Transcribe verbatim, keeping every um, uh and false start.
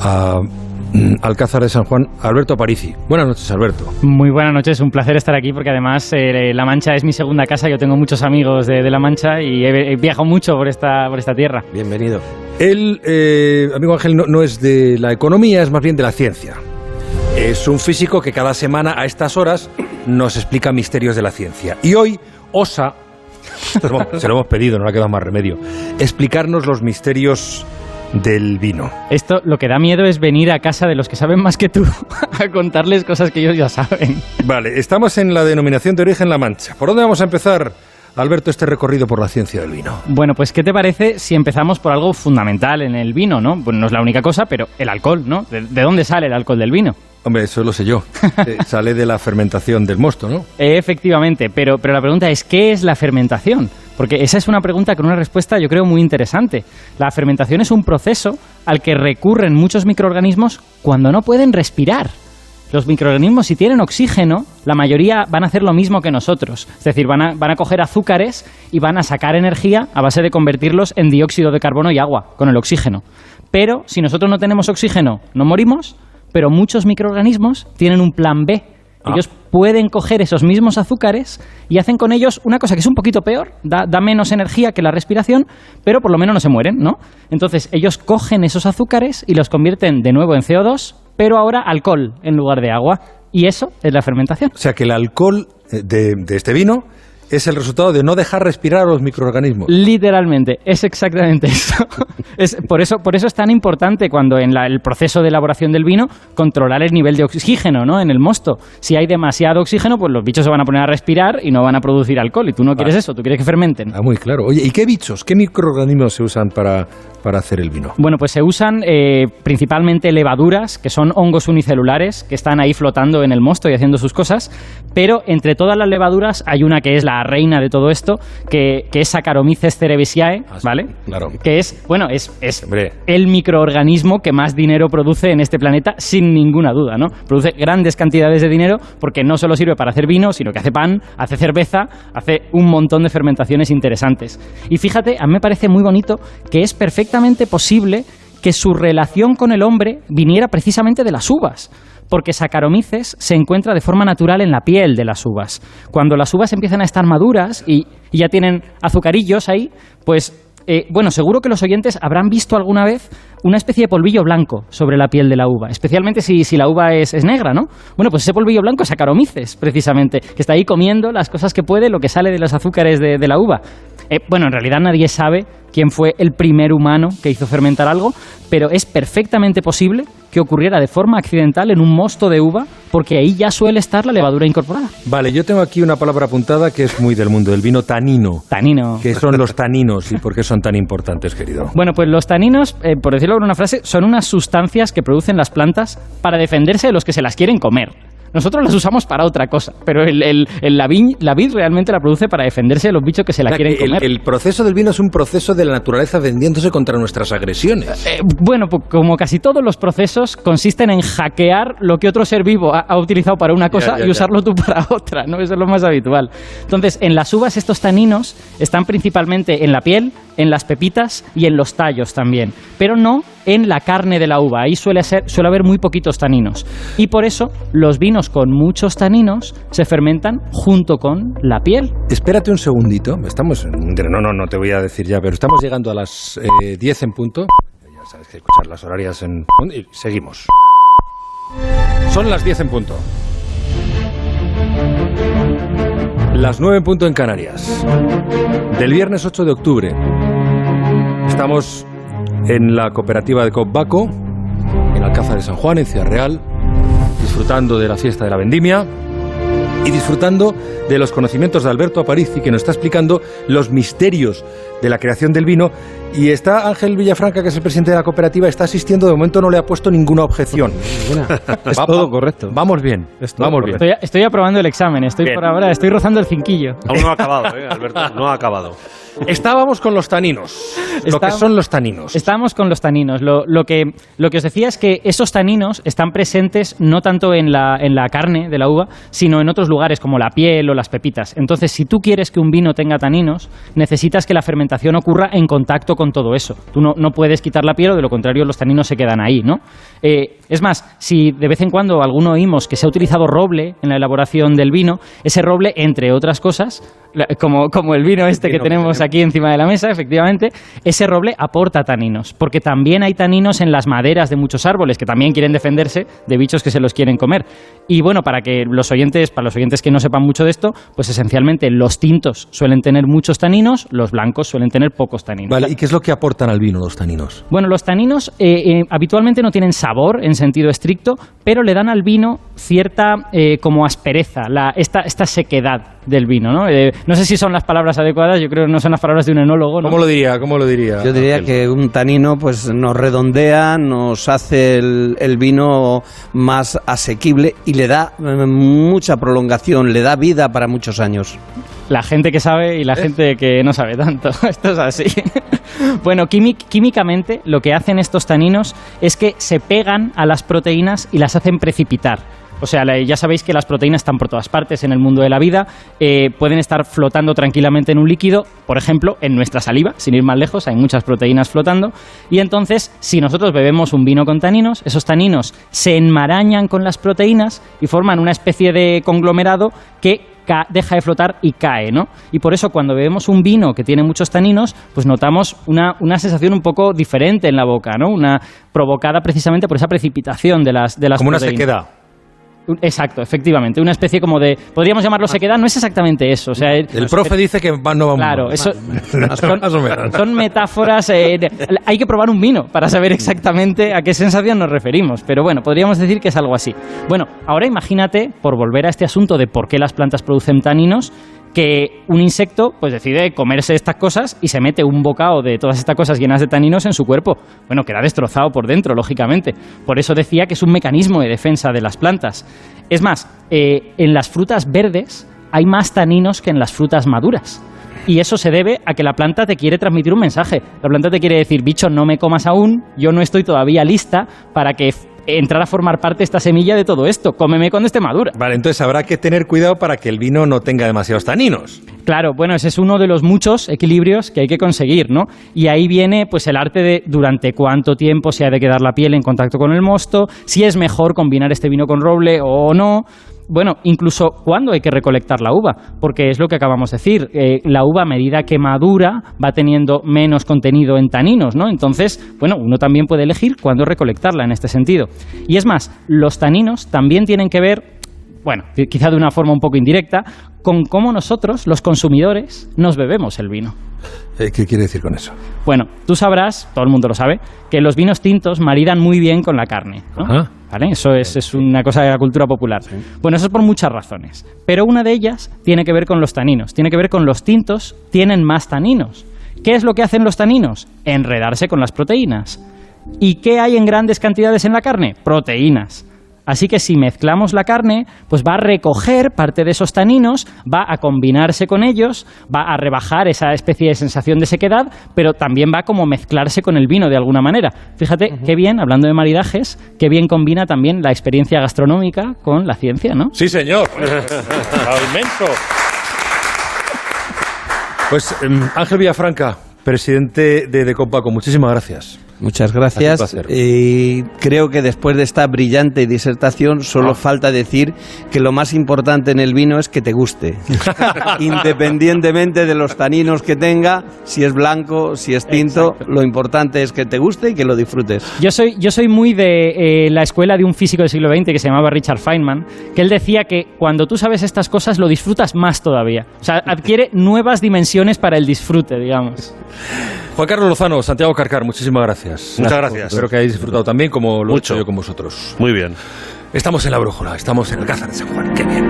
a Alcázar de San Juan, Alberto Aparici. Buenas noches, Alberto. Muy buenas noches, un placer estar aquí porque además eh, La Mancha es mi segunda casa. Yo tengo muchos amigos de, de La Mancha y he, he viajado mucho por esta, por esta tierra. Bienvenido. El eh, amigo Ángel no, no es de la economía, es más bien de la ciencia. Es un físico que cada semana a estas horas nos explica misterios de la ciencia. Y hoy osa, se lo hemos pedido, no le ha quedado más remedio, explicarnos los misterios del vino. Esto lo que da miedo es venir a casa de los que saben más que tú a contarles cosas que ellos ya saben. Vale, estamos en la denominación de origen La Mancha. ¿Por dónde vamos a empezar, Alberto, este recorrido por la ciencia del vino? Bueno, pues ¿qué te parece si empezamos por algo fundamental en el vino, ¿no? Pues no es la única cosa, pero el alcohol, ¿no? ¿De, de dónde sale el alcohol del vino? Hombre, eso lo sé yo. Eh, sale de la fermentación del mosto, ¿no? Eh, efectivamente, pero, pero la pregunta es, ¿qué es la fermentación? Porque esa es una pregunta con una respuesta, yo creo, muy interesante. La fermentación es un proceso al que recurren muchos microorganismos cuando no pueden respirar. Los microorganismos, si tienen oxígeno, la mayoría van a hacer lo mismo que nosotros. Es decir, van a, van a coger azúcares y van a sacar energía a base de convertirlos en dióxido de carbono y agua, con el oxígeno. Pero si nosotros no tenemos oxígeno, no morimos, pero muchos microorganismos tienen un plan B. Ellos ah. pueden coger esos mismos azúcares y hacen con ellos una cosa que es un poquito peor, da, da menos energía que la respiración, pero por lo menos no se mueren, ¿no? Entonces ellos cogen esos azúcares y los convierten de nuevo en C O dos, pero ahora alcohol en lugar de agua. Y eso es la fermentación. O sea que el alcohol de, de este vino es el resultado de no dejar respirar a los microorganismos. Literalmente, es exactamente eso. Es, por eso, por eso es tan importante cuando en la, el proceso de elaboración del vino controlar el nivel de oxígeno, ¿no? En el mosto. Si hay demasiado oxígeno, pues los bichos se van a poner a respirar y no van a producir alcohol. Y tú no quieres ah. eso, tú quieres que fermenten. Ah, muy claro. Oye, ¿y qué bichos, qué microorganismos se usan para, para hacer el vino? Bueno, pues se usan eh, principalmente levaduras, que son hongos unicelulares, que están ahí flotando en el mosto y haciendo sus cosas. Pero entre todas las levaduras hay una que es la reina de todo esto, que, que es Saccharomyces cerevisiae, ah, sí, ¿vale? Claro. Que es, bueno, es, es el microorganismo que más dinero produce en este planeta, sin ninguna duda, ¿no? Produce grandes cantidades de dinero porque no solo sirve para hacer vino, sino que hace pan, hace cerveza, hace un montón de fermentaciones interesantes. Y fíjate, a mí me parece muy bonito que es perfectamente posible que su relación con el hombre viniera precisamente de las uvas. Porque Saccharomyces se encuentra de forma natural en la piel de las uvas. Cuando las uvas empiezan a estar maduras y, y ya tienen azucarillos ahí, pues, eh, bueno, seguro que los oyentes habrán visto alguna vez una especie de polvillo blanco sobre la piel de la uva, especialmente si, si la uva es, es negra, ¿no? Bueno, pues ese polvillo blanco es Saccharomyces, precisamente, que está ahí comiendo las cosas que puede, lo que sale de los azúcares de, de la uva. Eh, bueno, en realidad nadie sabe quién fue el primer humano que hizo fermentar algo, pero es perfectamente posible que ocurriera de forma accidental en un mosto de uva, porque ahí ya suele estar la levadura incorporada. Vale, yo tengo aquí una palabra apuntada que es muy del mundo del vino, tanino. Tanino. ¿Qué son los taninos y por qué son tan importantes, querido? Bueno, pues los taninos, eh, por decirlo con una frase, son unas sustancias que producen las plantas para defenderse de los que se las quieren comer. Nosotros las usamos para otra cosa, pero el, el, el, la, vid, la vid realmente la produce para defenderse de los bichos que se la o sea, quieren comer. El, el proceso del vino es un proceso de la naturaleza vendiéndose contra nuestras agresiones. Eh, bueno, pues como casi todos los procesos, consisten en hackear lo que otro ser vivo ha, ha utilizado para una cosa ya, ya, y usarlo ya. tú para otra, ¿no? Eso es lo más habitual. Entonces, en las uvas estos taninos están principalmente en la piel, en las pepitas y en los tallos también, pero no en la carne de la uva. Ahí suele, ser, suele haber muy poquitos taninos. Y por eso los vinos con muchos taninos se fermentan junto con la piel. Espérate un segundito. Estamos en... No, no, no te voy a decir ya, pero estamos llegando a las eh, diez en punto. Ya sabes que hay que escuchar las horarias en... Y seguimos. Son las diez en punto. Las nueve en punto en Canarias. Del viernes ocho de octubre. Estamos en la cooperativa de Copbaco, en Alcázar de San Juan, en Ciudad Real, disfrutando de la fiesta de la vendimia y disfrutando de los conocimientos de Alberto Aparici, que nos está explicando los misterios de la creación del vino. Y está Ángel Villafranca, que es el presidente de la cooperativa, está asistiendo. De momento no le ha puesto ninguna objeción. Es va, todo correcto. Vamos bien, vamos bien. Estoy, estoy aprobando el examen, estoy bien. Por ahora, estoy rozando el cinquillo. Aún no ha acabado, ¿eh, Alberto? No ha acabado. Estábamos con los taninos. Lo Está, que son los taninos. Estábamos con los taninos. Lo, lo, que, lo que os decía es que esos taninos están presentes no tanto en la, en la carne de la uva, sino en otros lugares como la piel o las pepitas. Entonces, si tú quieres que un vino tenga taninos, necesitas que la fermentación ocurra en contacto con todo eso. Tú no, no puedes quitar la piel o de lo contrario los taninos se quedan ahí, ¿no? Eh, es más, si de vez en cuando alguno oímos que se ha utilizado roble en la elaboración del vino, ese roble, entre otras cosas, como, como el vino este vino que tenemos que aquí encima de la mesa, efectivamente, ese roble aporta taninos, porque también hay taninos en las maderas de muchos árboles que también quieren defenderse de bichos que se los quieren comer. Y bueno, para que los oyentes, para los oyentes que no sepan mucho de esto, pues esencialmente los tintos suelen tener muchos taninos, los blancos suelen tener pocos taninos. Vale, ¿y qué es lo que aportan al vino los taninos? Bueno, los taninos eh, eh, habitualmente no tienen sabor en sentido estricto, pero le dan al vino cierta eh, como aspereza, la, esta, esta sequedad del vino, ¿no? Eh, no sé si son las palabras adecuadas, yo creo que no son las palabras de un enólogo, ¿no? ¿Cómo lo diría? ¿Cómo lo diría? Yo diría que un tanino pues nos redondea, nos hace el, el vino más asequible y le da mucha prolongación, le da vida para muchos años. La gente que sabe y la ¿Eh? gente que no sabe tanto. Esto es así. Bueno, químic, químicamente lo que hacen estos taninos es que se pegan a las proteínas y las hacen precipitar. O sea, ya sabéis que las proteínas están por todas partes en el mundo de la vida, eh, pueden estar flotando tranquilamente en un líquido, por ejemplo, en nuestra saliva, sin ir más lejos, hay muchas proteínas flotando, y entonces, si nosotros bebemos un vino con taninos, esos taninos se enmarañan con las proteínas y forman una especie de conglomerado que deja de flotar y cae, ¿no? Y por eso cuando bebemos un vino que tiene muchos taninos, pues notamos una, una sensación un poco diferente en la boca, ¿no? Una provocada precisamente por esa precipitación de las, de las como proteínas. Como una sequedad. Exacto, efectivamente, una especie como de, podríamos llamarlo sequedad, no es exactamente eso. O sea, el nos, profe dice que no vamos. Claro, eso son, son metáforas. Eh, hay que probar un vino para saber exactamente a qué sensación nos referimos, pero bueno, podríamos decir que es algo así. Bueno, ahora imagínate, por volver a este asunto de por qué las plantas producen taninos, que un insecto pues decide comerse estas cosas y se mete un bocado de todas estas cosas llenas de taninos en su cuerpo. Bueno, queda destrozado por dentro, lógicamente. Por eso decía que es un mecanismo de defensa de las plantas. Es más, eh, en las frutas verdes hay más taninos que en las frutas maduras. Y eso se debe a que la planta te quiere transmitir un mensaje. La planta te quiere decir, bicho, no me comas aún, yo no estoy todavía lista para que entrar a formar parte esta semilla de todo esto. Cómeme cuando esté madura. Vale, entonces habrá que tener cuidado para que el vino no tenga demasiados taninos. Claro, bueno, ese es uno de los muchos equilibrios que hay que conseguir, ¿no? Y ahí viene pues el arte de durante cuánto tiempo se ha de quedar la piel en contacto con el mosto, si es mejor combinar este vino con roble o no. Bueno, incluso cuándo hay que recolectar la uva, porque es lo que acabamos de decir, eh, la uva a medida que madura va teniendo menos contenido en taninos, ¿no? Entonces, bueno, uno también puede elegir cuándo recolectarla en este sentido. Y es más, los taninos también tienen que ver, bueno, quizá de una forma un poco indirecta, con cómo nosotros, los consumidores, nos bebemos el vino. ¿Qué quiere decir con eso? Bueno, tú sabrás, todo el mundo lo sabe, que los vinos tintos maridan muy bien con la carne, ¿no? Ajá. ¿Vale? Eso es, es una cosa de la cultura popular. Sí. Bueno, eso es por muchas razones. Pero una de ellas tiene que ver con los taninos. Tiene que ver con los tintos, tienen más taninos. ¿Qué es lo que hacen los taninos? Enredarse con las proteínas. ¿Y qué hay en grandes cantidades en la carne? Proteínas. Así que si mezclamos la carne, pues va a recoger parte de esos taninos, va a combinarse con ellos, va a rebajar esa especie de sensación de sequedad, pero también va a como mezclarse con el vino de alguna manera. Fíjate, uh-huh. qué bien, hablando de maridajes, qué bien combina también la experiencia gastronómica con la ciencia, ¿no? Sí, señor. Inmenso. Pues Ángel Villafranca, presidente de Decopbaco, muchísimas gracias. Muchas gracias. Y creo que después de esta brillante disertación solo ah. falta decir que lo más importante en el vino es que te guste. Independientemente de los taninos que tenga, si es blanco, si es tinto, exacto. Lo importante es que te guste y que lo disfrutes. Yo soy, yo soy muy de eh, la escuela de un físico del siglo veinte que se llamaba Richard Feynman, que él decía que cuando tú sabes estas cosas lo disfrutas más todavía. O sea, adquiere nuevas dimensiones para el disfrute, digamos. Juan Carlos Lozano, Santiago Carcar, muchísimas gracias. Muchas gracias. Espero que hayáis disfrutado también como lo he hecho yo con vosotros. Muy bien. Estamos en La Brújula, estamos en el Alcázar de San Juan. ¡Qué bien!